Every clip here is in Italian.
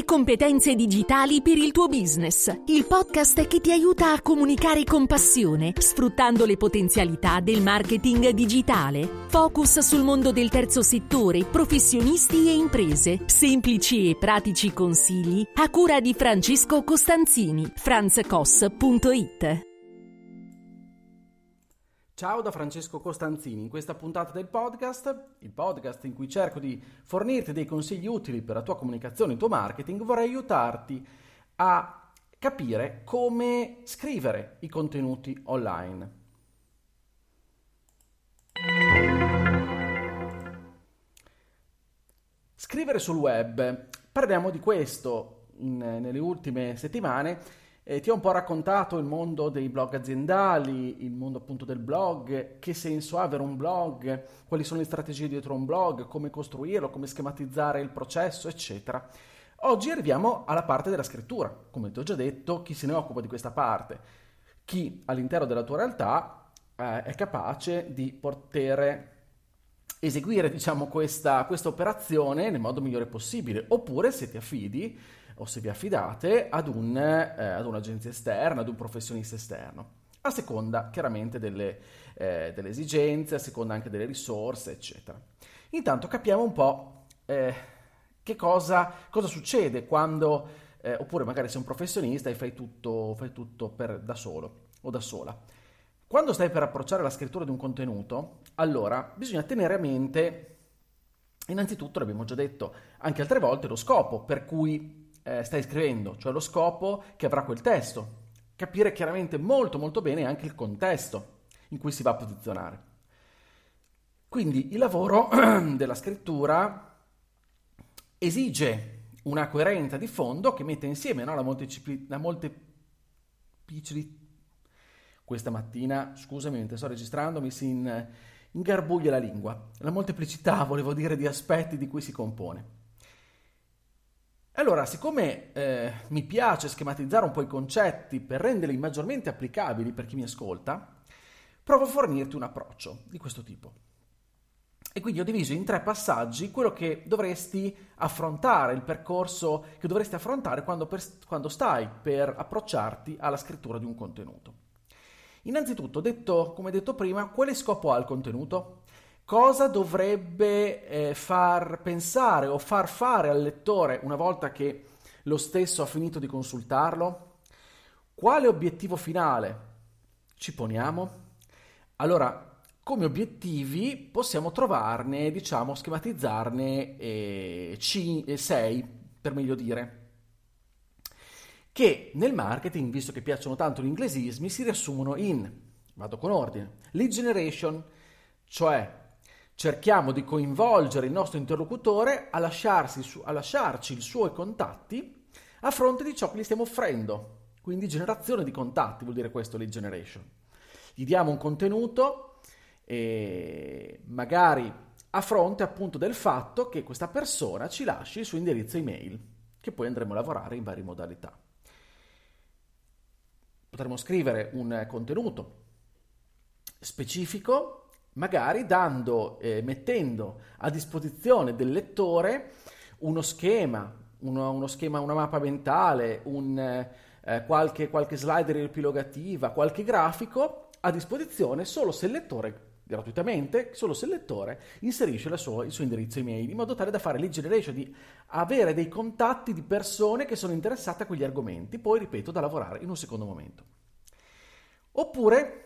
Le competenze digitali per il tuo business. Il podcast che ti aiuta a comunicare con passione, sfruttando le potenzialità del marketing digitale. Focus sul mondo del terzo settore, professionisti e imprese. Semplici e pratici consigli a cura di Francesco Costanzini. franzcos.it. Ciao da Francesco Costanzini. In questa puntata del podcast, il podcast in cui cerco di fornirti dei consigli utili per la tua comunicazione e il tuo marketing, vorrei aiutarti a capire come scrivere i contenuti online. Scrivere sul web. Parliamo di questo nelle ultime settimane. Ti ho un po' raccontato il mondo dei blog aziendali, il mondo appunto del blog, che senso ha avere un blog, quali sono le strategie dietro un blog, come costruirlo, come schematizzare il processo, eccetera. Oggi arriviamo alla parte della scrittura. Come ti ho già detto, chi se ne occupa di questa parte, chi all'interno della tua realtà è capace di poter eseguire, diciamo, questa operazione nel modo migliore possibile, oppure se ti affidi o se vi affidate ad un'agenzia esterna, ad un professionista esterno, a seconda chiaramente delle esigenze, a seconda anche delle risorse, eccetera. Intanto capiamo un po' che cosa succede quando, oppure magari sei un professionista e fai tutto da solo o da sola. Quando stai per approcciare la scrittura di un contenuto, allora bisogna tenere a mente, innanzitutto, l'abbiamo già detto anche altre volte, lo scopo per cui stai scrivendo, cioè lo scopo che avrà quel testo. Capire chiaramente molto molto bene anche il contesto in cui si va a posizionare. Quindi il lavoro della scrittura esige una coerenza di fondo che mette insieme, no, la molteplicità. Questa mattina, scusami, mentre sto registrando, mi si ingarbuglia la lingua. La molteplicità, volevo dire, di aspetti di cui si compone. Allora, siccome mi piace schematizzare un po' i concetti per renderli maggiormente applicabili per chi mi ascolta, provo a fornirti un approccio di questo tipo. E quindi ho diviso in 3 passaggi quello che dovresti affrontare, il percorso che dovresti affrontare quando stai per approcciarti alla scrittura di un contenuto. Innanzitutto, come detto prima, quale scopo ha il contenuto? Cosa dovrebbe far pensare o far fare al lettore una volta che lo stesso ha finito di consultarlo? Quale obiettivo finale ci poniamo? Allora, come obiettivi possiamo trovarne, diciamo, schematizzarne 6, per meglio dire, che nel marketing, visto che piacciono tanto gli inglesismi, si riassumono vado con ordine, lead generation, cioè cerchiamo di coinvolgere il nostro interlocutore a lasciarci i suoi contatti a fronte di ciò che gli stiamo offrendo. Quindi generazione di contatti vuol dire questo, lead generation. Gli diamo un contenuto magari a fronte appunto del fatto che questa persona ci lasci il suo indirizzo email, che poi andremo a lavorare in varie modalità. Potremmo scrivere un contenuto specifico, magari mettendo a disposizione del lettore uno schema, una mappa mentale, qualche slide riepilogativa, qualche grafico a disposizione solo se il lettore, gratuitamente, solo se il lettore inserisce il suo indirizzo email, in modo tale da fare lead generation, di avere dei contatti di persone che sono interessate a quegli argomenti, poi, ripeto, da lavorare in un secondo momento. Oppure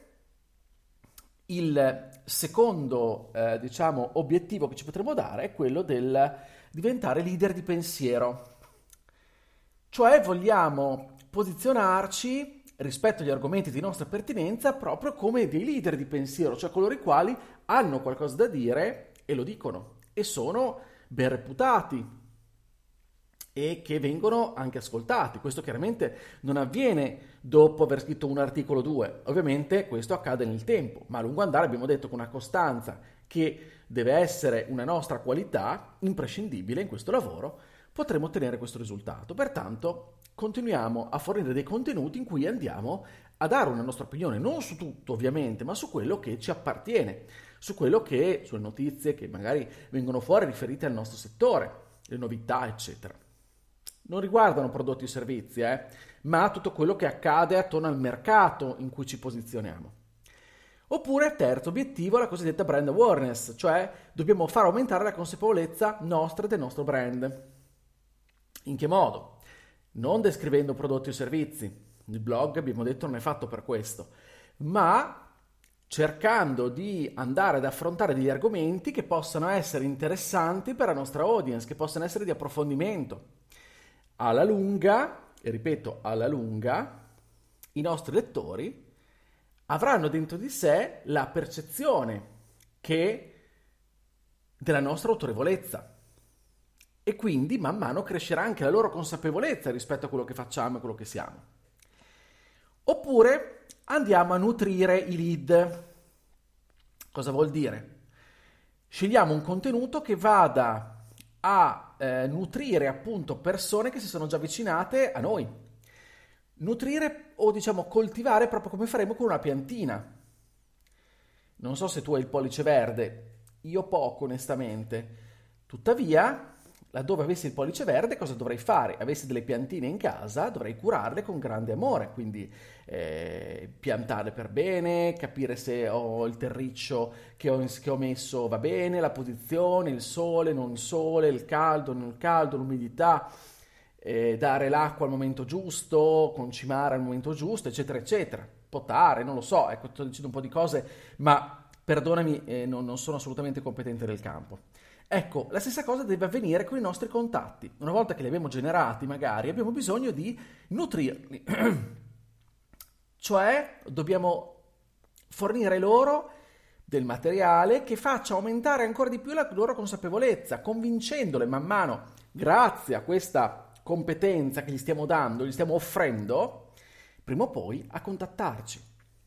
il secondo obiettivo che ci potremmo dare è quello del diventare leader di pensiero. Cioè vogliamo posizionarci rispetto agli argomenti di nostra pertinenza proprio come dei leader di pensiero, cioè coloro i quali hanno qualcosa da dire e lo dicono e sono ben reputati e che vengono anche ascoltati. Questo chiaramente non avviene dopo aver scritto un articolo 2, ovviamente questo accade nel tempo, ma a lungo andare abbiamo detto con una costanza che deve essere una nostra qualità imprescindibile in questo lavoro, potremo ottenere questo risultato. Pertanto continuiamo a fornire dei contenuti in cui andiamo a dare una nostra opinione, non su tutto ovviamente, ma su quello che ci appartiene, sulle notizie che magari vengono fuori riferite al nostro settore, le novità, eccetera. non riguardano prodotti o servizi, ma tutto quello che accade attorno al mercato in cui ci posizioniamo. Oppure, terzo obiettivo, la cosiddetta brand awareness, cioè dobbiamo far aumentare la consapevolezza nostra del nostro brand. In che modo? Non descrivendo prodotti o servizi, il blog abbiamo detto non è fatto per questo, ma cercando di andare ad affrontare degli argomenti che possano essere interessanti per la nostra audience, che possano essere di approfondimento. Alla lunga, e ripeto, alla lunga, i nostri lettori avranno dentro di sé la percezione della nostra autorevolezza e quindi man mano crescerà anche la loro consapevolezza rispetto a quello che facciamo e quello che siamo. Oppure andiamo a nutrire i lead. Cosa vuol dire? Scegliamo un contenuto che vada a nutrire appunto persone che si sono già avvicinate a noi. Nutrire o diciamo coltivare proprio come faremo con una piantina. Non so se tu hai il pollice verde, io poco onestamente. Tuttavia, laddove avessi il pollice verde, cosa dovrei fare? Avessi delle piantine in casa, dovrei curarle con grande amore, quindi piantarle per bene, capire se il terriccio che ho messo va bene, la posizione, il sole, non il sole, il caldo, non il caldo, l'umidità, dare l'acqua al momento giusto, concimare al momento giusto, eccetera, eccetera. Potare, non lo so, ecco, sto dicendo un po' di cose, ma perdonami, non sono assolutamente competente nel campo. Ecco, la stessa cosa deve avvenire con i nostri contatti. Una volta che li abbiamo generati, magari, abbiamo bisogno di nutrirli. Cioè, dobbiamo fornire loro del materiale che faccia aumentare ancora di più la loro consapevolezza, convincendole man mano, grazie a questa competenza che gli stiamo dando, gli stiamo offrendo, prima o poi a contattarci.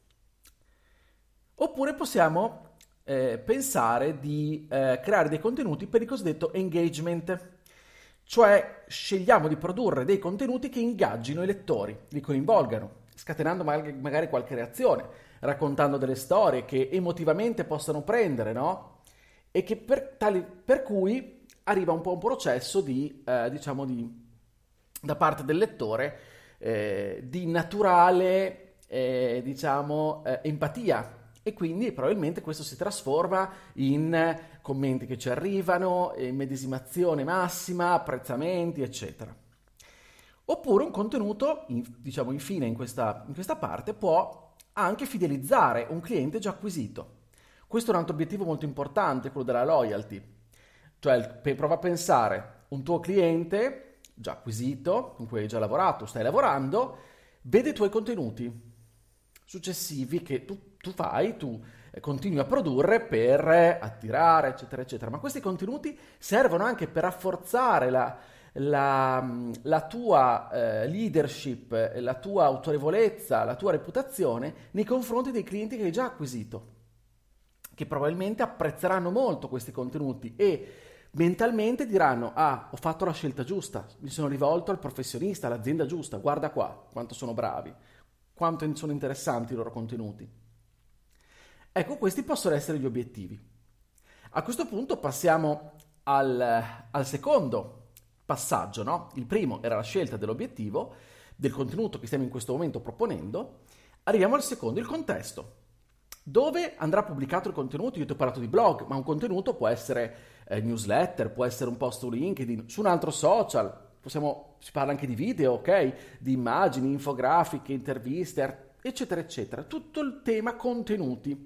Oppure possiamo pensare di creare dei contenuti per il cosiddetto engagement, cioè scegliamo di produrre dei contenuti che ingaggino i lettori, li coinvolgano, scatenando magari qualche reazione, raccontando delle storie che emotivamente possano prendere, no? E che per cui arriva un po' un processo da parte del lettore di naturale empatia. E quindi probabilmente questo si trasforma in commenti che ci arrivano, immedesimazione massima, apprezzamenti, eccetera. Oppure un contenuto, infine in questa parte, può anche fidelizzare un cliente già acquisito. Questo è un altro obiettivo molto importante, quello della loyalty. Cioè, prova a pensare, un tuo cliente già acquisito, con cui hai già lavorato, stai lavorando, vede i tuoi contenuti successivi che tu continui a produrre per attirare, eccetera, eccetera. Ma questi contenuti servono anche per rafforzare la tua leadership, la tua autorevolezza, la tua reputazione nei confronti dei clienti che hai già acquisito, che probabilmente apprezzeranno molto questi contenuti e mentalmente diranno: ah, ho fatto la scelta giusta, mi sono rivolto al professionista, all'azienda giusta, guarda qua quanto sono bravi, quanto sono interessanti i loro contenuti. Ecco, questi possono essere gli obiettivi. A questo punto passiamo al secondo passaggio, no? Il primo era la scelta dell'obiettivo, del contenuto che stiamo in questo momento proponendo. Arriviamo al secondo, il contesto. Dove andrà pubblicato il contenuto? Io ti ho parlato di blog, ma un contenuto può essere newsletter, può essere un post su LinkedIn, su un altro social. Si parla anche di video, ok? Di immagini, infografiche, interviste, eccetera, eccetera. Tutto il tema contenuti.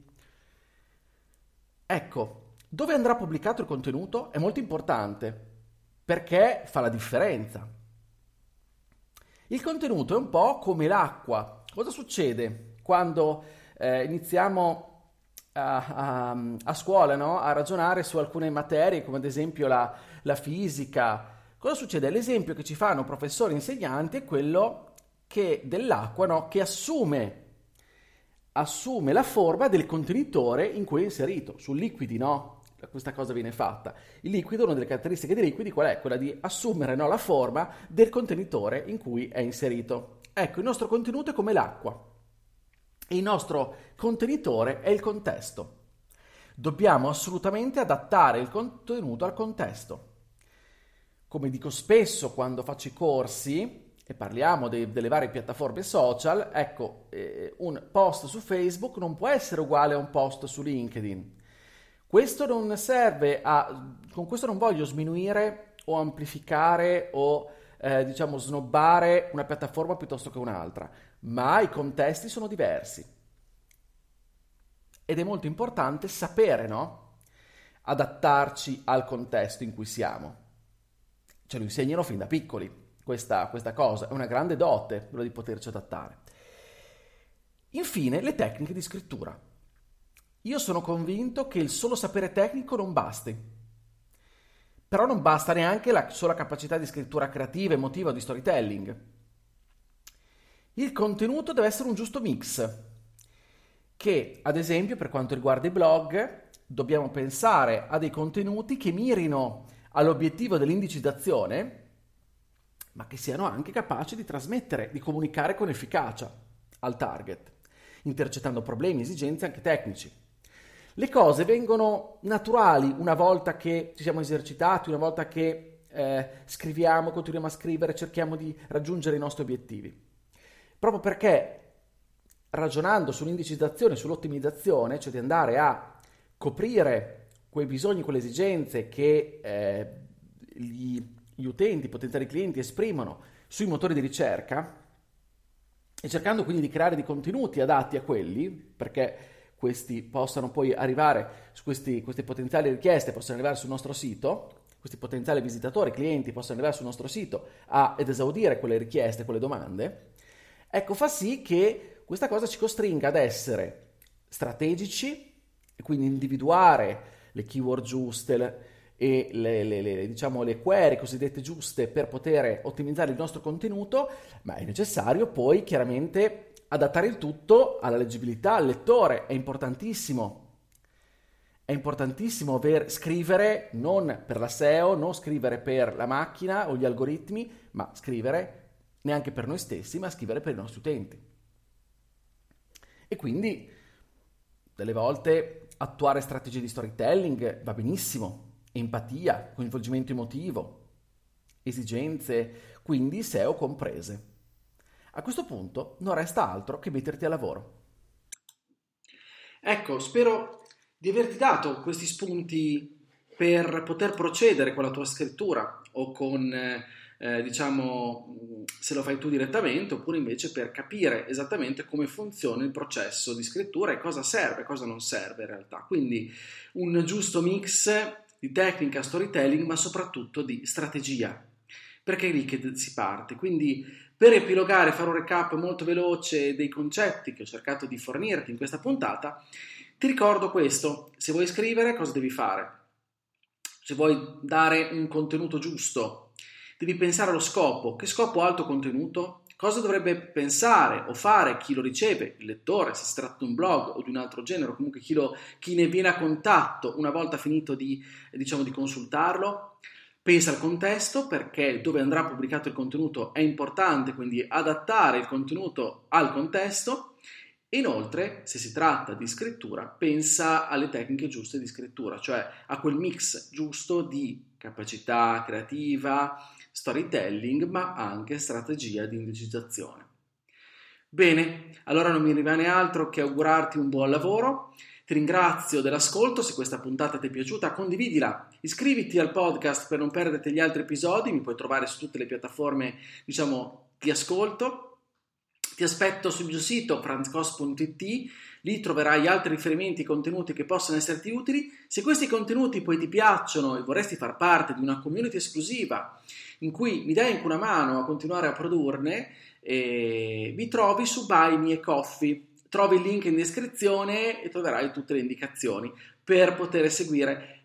Ecco, dove andrà pubblicato il contenuto è molto importante perché fa la differenza. Il contenuto è un po' come l'acqua. Cosa succede quando iniziamo a scuola, no? A ragionare su alcune materie, come ad esempio la fisica? Cosa succede? L'esempio che ci fanno professori e insegnanti è quello dell'acqua, no? Che assume la forma del contenitore in cui è inserito. Su liquidi, no? Questa cosa viene fatta. Il liquido, una delle caratteristiche dei liquidi, qual è? Quella di assumere, no, la forma del contenitore in cui è inserito. Ecco, il nostro contenuto è come l'acqua e il nostro contenitore è il contesto. Dobbiamo assolutamente adattare il contenuto al contesto. come dico spesso quando faccio i corsi e parliamo delle varie piattaforme social, ecco, un post su Facebook non può essere uguale a un post su LinkedIn. Questo non serve con questo non voglio sminuire o amplificare o snobbare una piattaforma piuttosto che un'altra, ma i contesti sono diversi. Ed è molto importante sapere, no? Adattarci al contesto in cui siamo. Ce lo insegnano fin da piccoli. Questa cosa è una grande dote, quello di poterci adattare. Infine, le tecniche di scrittura. Io sono convinto che il solo sapere tecnico non basti, però non basta neanche la sola capacità di scrittura creativa, emotiva o di storytelling. Il contenuto deve essere un giusto mix, che ad esempio per quanto riguarda i blog dobbiamo pensare a dei contenuti che mirino all'obiettivo dell'indicizzazione, ma che siano anche capaci di trasmettere, di comunicare con efficacia al target, intercettando problemi e esigenze anche tecnici. Le cose vengono naturali una volta che ci siamo esercitati, una volta che scriviamo, continuiamo a scrivere, cerchiamo di raggiungere i nostri obiettivi. Proprio perché ragionando sull'indicizzazione, sull'ottimizzazione, cioè di andare a coprire quei bisogni, quelle esigenze che gli utenti, i potenziali clienti esprimono sui motori di ricerca e cercando quindi di creare dei contenuti adatti a quelli, perché questi possano poi arrivare su queste potenziali richieste, possono arrivare sul nostro sito, questi potenziali visitatori, clienti possono arrivare sul nostro sito ed esaudire quelle richieste, quelle domande, ecco, fa sì che questa cosa ci costringa ad essere strategici e quindi individuare le keyword giuste, e le query cosiddette giuste per poter ottimizzare il nostro contenuto, ma è necessario poi chiaramente adattare il tutto alla leggibilità, al lettore. È importantissimo scrivere non per la SEO, non scrivere per la macchina o gli algoritmi, ma scrivere neanche per noi stessi, ma scrivere per i nostri utenti. E quindi delle volte attuare strategie di storytelling va benissimo, empatia, coinvolgimento emotivo, esigenze, quindi SEO comprese. A questo punto non resta altro che metterti a lavoro. Ecco, spero di averti dato questi spunti per poter procedere con la tua scrittura o con, se lo fai tu direttamente, oppure invece per capire esattamente come funziona il processo di scrittura e cosa serve, cosa non serve in realtà. Quindi un giusto mix di tecnica, storytelling, ma soprattutto di strategia, perché è lì che si parte. Quindi per epilogare, fare un recap molto veloce dei concetti che ho cercato di fornirti in questa puntata, ti ricordo questo: se vuoi scrivere, cosa devi fare? Se vuoi dare un contenuto giusto, devi pensare allo scopo. Che scopo ha il tuo contenuto? Cosa dovrebbe pensare o fare chi lo riceve, il lettore, se si tratta di un blog o di un altro genere, o comunque chi ne viene a contatto una volta finito di consultarlo? Pensa al contesto, perché dove andrà pubblicato il contenuto è importante, quindi adattare il contenuto al contesto. Inoltre, se si tratta di scrittura, pensa alle tecniche giuste di scrittura, cioè a quel mix giusto di capacità creativa, storytelling, ma anche strategia di indicizzazione. Bene, allora non mi rimane altro che augurarti un buon lavoro. Ti ringrazio dell'ascolto. Se questa puntata ti è piaciuta, condividila, iscriviti al podcast per non perderti gli altri episodi, mi puoi trovare su tutte le piattaforme di ascolto. Ti aspetto sul mio sito franzcos.it, lì troverai altri riferimenti e contenuti che possono esserti utili. Se questi contenuti poi ti piacciono e vorresti far parte di una community esclusiva in cui mi dai anche una mano a continuare a produrne, mi trovi su Buy Me a Coffee. Trovi il link in descrizione e troverai tutte le indicazioni per poter seguire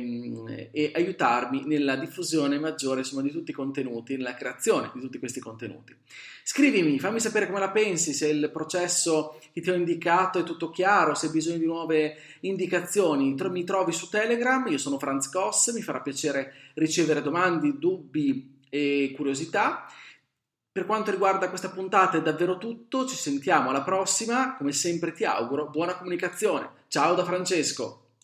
e aiutarmi nella diffusione maggiore di tutti i contenuti, nella creazione di tutti questi contenuti. Scrivimi, fammi sapere come la pensi, se il processo che ti ho indicato è tutto chiaro, se hai bisogno di nuove indicazioni. Mi trovi su Telegram, io sono Franz Cos, mi farà piacere ricevere domande, dubbi e curiosità. Per quanto riguarda questa puntata è davvero tutto, ci sentiamo alla prossima, come sempre ti auguro buona comunicazione. Ciao da Francesco!